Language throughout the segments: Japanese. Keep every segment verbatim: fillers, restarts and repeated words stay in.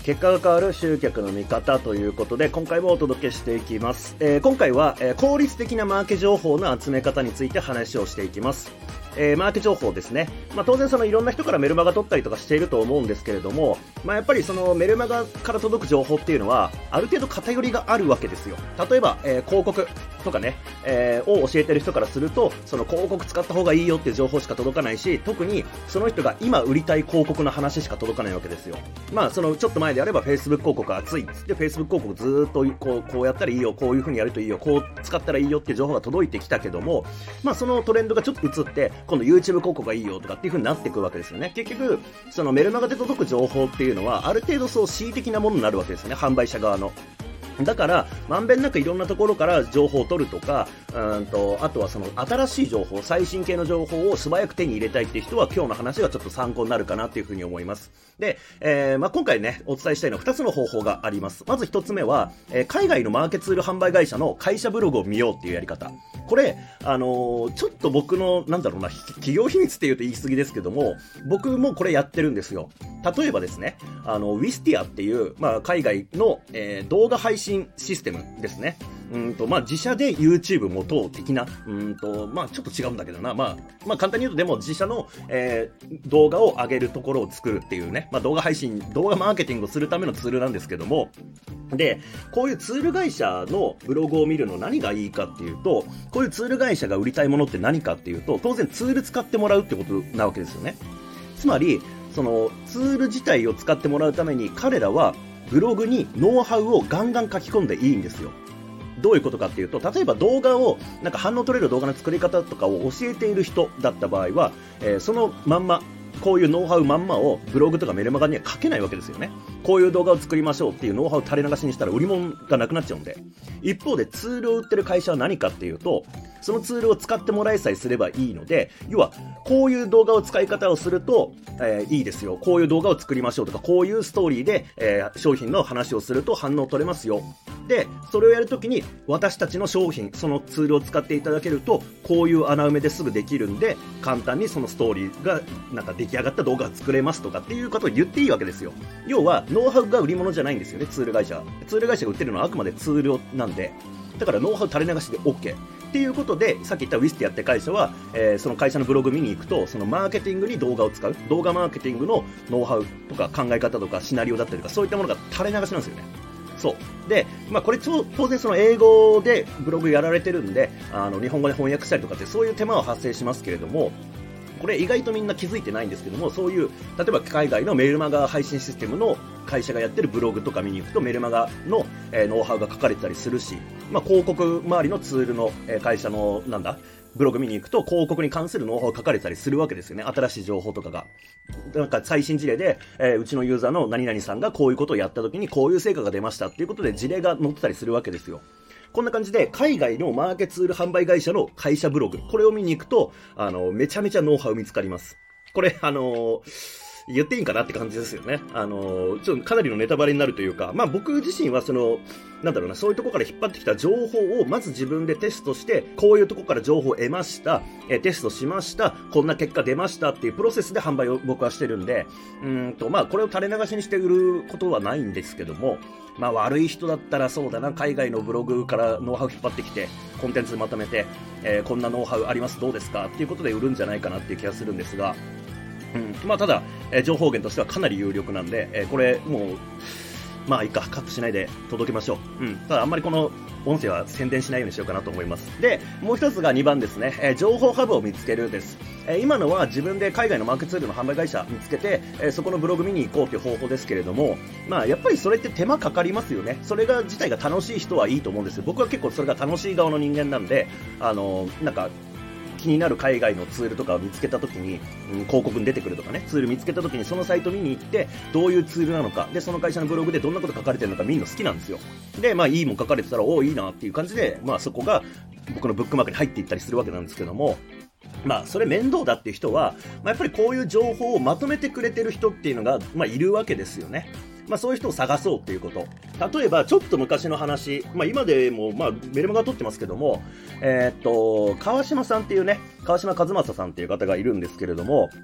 結果が変わる集客の見方ということで、今回もお届けしていきます。えー、今回は、えー、効率的なマーケ情報の集め方について話をしていきます。えー、マーケ情報ですね。まあ、当然そのいろんな人からメルマガ取ったりとかしていると思うんですけれども、まあ、やっぱりそのメルマガから届く情報っていうのはある程度偏りがあるわけですよ。例えば、えー、広告とかね、えー、を教えてる人からすると、その広告使った方がいいよっていう情報しか届かないし、特にその人が今売りたい広告の話しか届かないわけですよ。まあそのちょっと前であれば Facebook 広告熱いっつって Facebook 広告ずーっとこうこうやったらいいよ、こういう風にやるといいよ、こう使ったらいいよっていう情報が届いてきたけども、まあそのトレンドがちょっと移って今度 YouTube 広告がいいよとかっていう風になっていくわけですよね。結局そのメルマガで届く情報っていうのはある程度そう恣意的なものになるわけですよね、販売者側の。だからまんべんなくいろんなところから情報を取るとか、うんとあとはその新しい情報、最新系の情報を素早く手に入れたいっていう人は今日の話がちょっと参考になるかなっていうふうに思います。で、えーまあ、今回ねお伝えしたいのはふたつの方法があります。まずひとつめは、えー、海外のマーケツール販売会社の会社ブログを見ようっていうやり方。これ、あのー、ちょっと僕のなんだろうな企業秘密っていうと言い過ぎですけども、僕もこれやってるんですよ。例えばですね、あのウィスティアっていう、まあ、海外の、えー、動画配信システムですね。うんとまあ、自社で YouTube 持とう的な、うんとまあ、ちょっと違うんだけどな、まあまあ、簡単に言うとでも自社の、えー、動画を上げるところを作るっていうね、まあ、動画配信、動画マーケティングをするためのツールなんですけども、でこういうツール会社のブログを見るの何がいいかっていうと、こういうツール会社が売りたいものって何かっていうと、当然ツール使ってもらうってことなわけですよね。つまりそのツール自体を使ってもらうために彼らはブログにノウハウをガンガン書き込んでいいんですよ。どういうことかっていうと、例えば動画をなんか反応取れる動画の作り方とかを教えている人だった場合は、えー、そのまんまこういうノウハウまんまをブログとかメルマガには書けないわけですよね。こういう動画を作りましょうっていうノウハウを垂れ流しにしたら売り物がなくなっちゃうんで。一方でツールを売ってる会社は何かっていうと、そのツールを使ってもらえさえすればいいので、要はこういう動画を使い方をすると、えー、いいですよ、こういう動画を作りましょうとか、こういうストーリーで、えー、商品の話をすると反応取れますよ。でそれをやるときに私たちの商品、そのツールを使っていただけるとこういう穴埋めですぐできるんで、簡単にそのストーリーがなんか出来上がった動画が作れますとかっていうことを言っていいわけですよ。要はノウハウが売り物じゃないんですよね。ツール会社ツール会社が売ってるのはあくまでツールなんで、だからノウハウ垂れ流しで OK っていうことで、さっき言ったウィスティアって会社は、えー、その会社のブログ見に行くと、そのマーケティングに動画を使う、動画マーケティングのノウハウとか考え方とかシナリオだったりとか、そういったものが垂れ流しなんですよね。そうで、まあ、これ当然その英語でブログやられてるんで、あの日本語で翻訳したりとかってそういう手間は発生しますけれども、これ意外とみんな気づいてないんですけども、そういう例えば海外のメルマガ配信システムの会社がやってるブログとか見に行くとメルマガの、えー、ノウハウが書かれてたりするし、まあ、広告周りのツールの、えー、会社のなんだブログ見に行くと広告に関するノウハウが書かれたりするわけですよね。新しい情報とかがなんか最新事例で、えー、うちのユーザーの何々さんがこういうことをやった時にこういう成果が出ましたっていうことで事例が載ってたりするわけですよ。こんな感じで海外のマーケツール販売会社の会社ブログ、これを見に行くとあのめちゃめちゃノウハウ見つかります。これあのー言っていいんかなって感じですよね。あのー、ちょっとかなりのネタバレになるというか、まあ僕自身はそのなんだろうな、そういうところから引っ張ってきた情報をまず自分でテストして、こういうところから情報を得ました、えー、テストしました、こんな結果出ましたっていうプロセスで販売を僕はしてるんで、うーんとまあこれを垂れ流しにして売ることはないんですけども、まあ悪い人だったらそうだな、海外のブログからノウハウ引っ張ってきてコンテンツまとめて、えー、こんなノウハウありますどうですかっていうことで売るんじゃないかなっていう気がするんですが、うん、まあただ、えー、情報源としてはかなり有力なんで、えー、これもうまあいいか、カットしないで届けましょう。うん、ただあんまりこの音声は宣伝しないようにしようかなと思います。でもう一つがにばんですね、えー、情報ハブを見つけるです。えー、今のは自分で海外のマーケツールの販売会社見つけて、えー、そこのブログ見に行こうという方法ですけれども、まあやっぱりそれって手間かかりますよね。それが自体が楽しい人はいいと思うんですよ。僕は結構それが楽しい側の人間なんで、あのー、なんか気になる海外のツールとかを見つけたときに、うん、広告に出てくるとかね、ツール見つけたときにそのサイト見に行ってどういうツールなのかで、その会社のブログでどんなこと書かれてるのか見るの好きなんですよ。でまあいいもん書かれてたらおおいいなっていう感じで、まあそこが僕のブックマークに入っていったりするわけなんですけども、まあそれ面倒だっていう人は、まあ、やっぱりこういう情報をまとめてくれてる人っていうのが、まあ、いるわけですよね。まあ、そういう人を探そうっていうこと。例えばちょっと昔の話、まあ、今でも、まあ、メルマガ撮ってますけども、えー、っと川島さんっていうね、川島和正さんっていう方がいるんですけれども、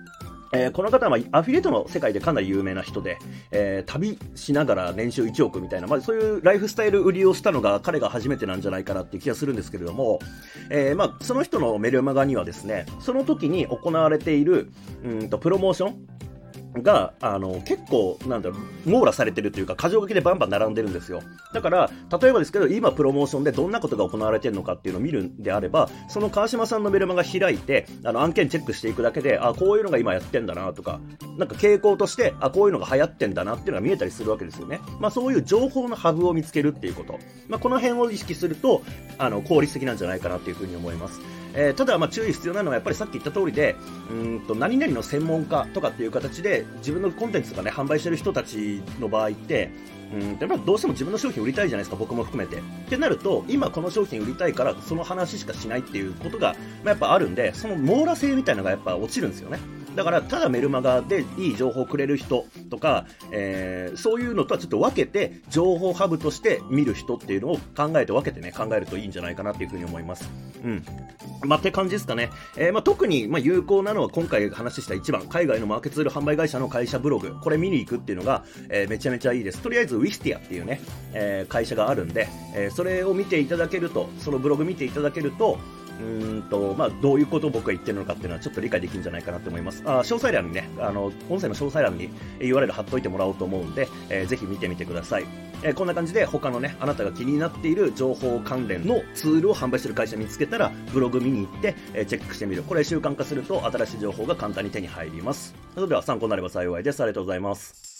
えー、この方はアフィリエイトの世界でかなり有名な人で、えー、旅しながら年収いちおくみたいな、まあ、そういうライフスタイル売りをしたのが彼が初めてなんじゃないかなっていう気がするんですけれども、えーまあ、その人のメルマガにはですね、その時に行われているうんとプロモーションが、あの、結構、なんだろう、網羅されてるというか、箇条書きでバンバン並んでるんですよ。だから、例えばですけど、今プロモーションでどんなことが行われてるのかっていうのを見るんであれば、その川島さんのメルマガ開いて、あの、案件チェックしていくだけで、あ、こういうのが今やってんだなとか、なんか傾向として、あ、こういうのが流行ってんだなっていうのが見えたりするわけですよね。まあ、そういう情報のハブを見つけるっていうこと。まあ、この辺を意識すると、あの、効率的なんじゃないかなっていうふうに思います。えー、ただ、まあ、注意必要なのはやっぱりさっき言った通りで、うんと何々の専門家とかっていう形で自分のコンテンツとかね販売してる人たちの場合って、うん、やっぱりどうしても自分の商品売りたいじゃないですか、僕も含めて。ってなると、今この商品売りたいからその話しかしないっていうことが、まあ、やっぱあるんで、その網羅性みたいなのがやっぱ落ちるんですよね。だからただメルマガでいい情報をくれる人とか、えー、そういうのとはちょっと分けて情報ハブとして見る人っていうのを考えて分けてね考えるといいんじゃないかなっていうふうに思います。うん。まあ、って感じですかね。えー、まあ、特にまあ有効なのは今回話した一番、海外のマーケツール販売会社の会社ブログ、これ見に行くっていうのが、えー、めちゃめちゃいいです。とりあえずウィスティアっていうね、えー、会社があるんで、えー、それを見ていただけると、そのブログ見ていただけると、うーんとまあ、どういうことを僕が言ってるのかっていうのはちょっと理解できるんじゃないかなと思います。あ、詳細欄にね、あの音声の詳細欄に ユーアールエル 貼っといてもらおうと思うんで、えー、ぜひ見てみてください。えー、こんな感じで他のね、あなたが気になっている情報関連のツールを販売している会社見つけたらブログ見に行って、えー、チェックしてみる。これ習慣化すると新しい情報が簡単に手に入ります。それでは参考になれば幸いです。ありがとうございます。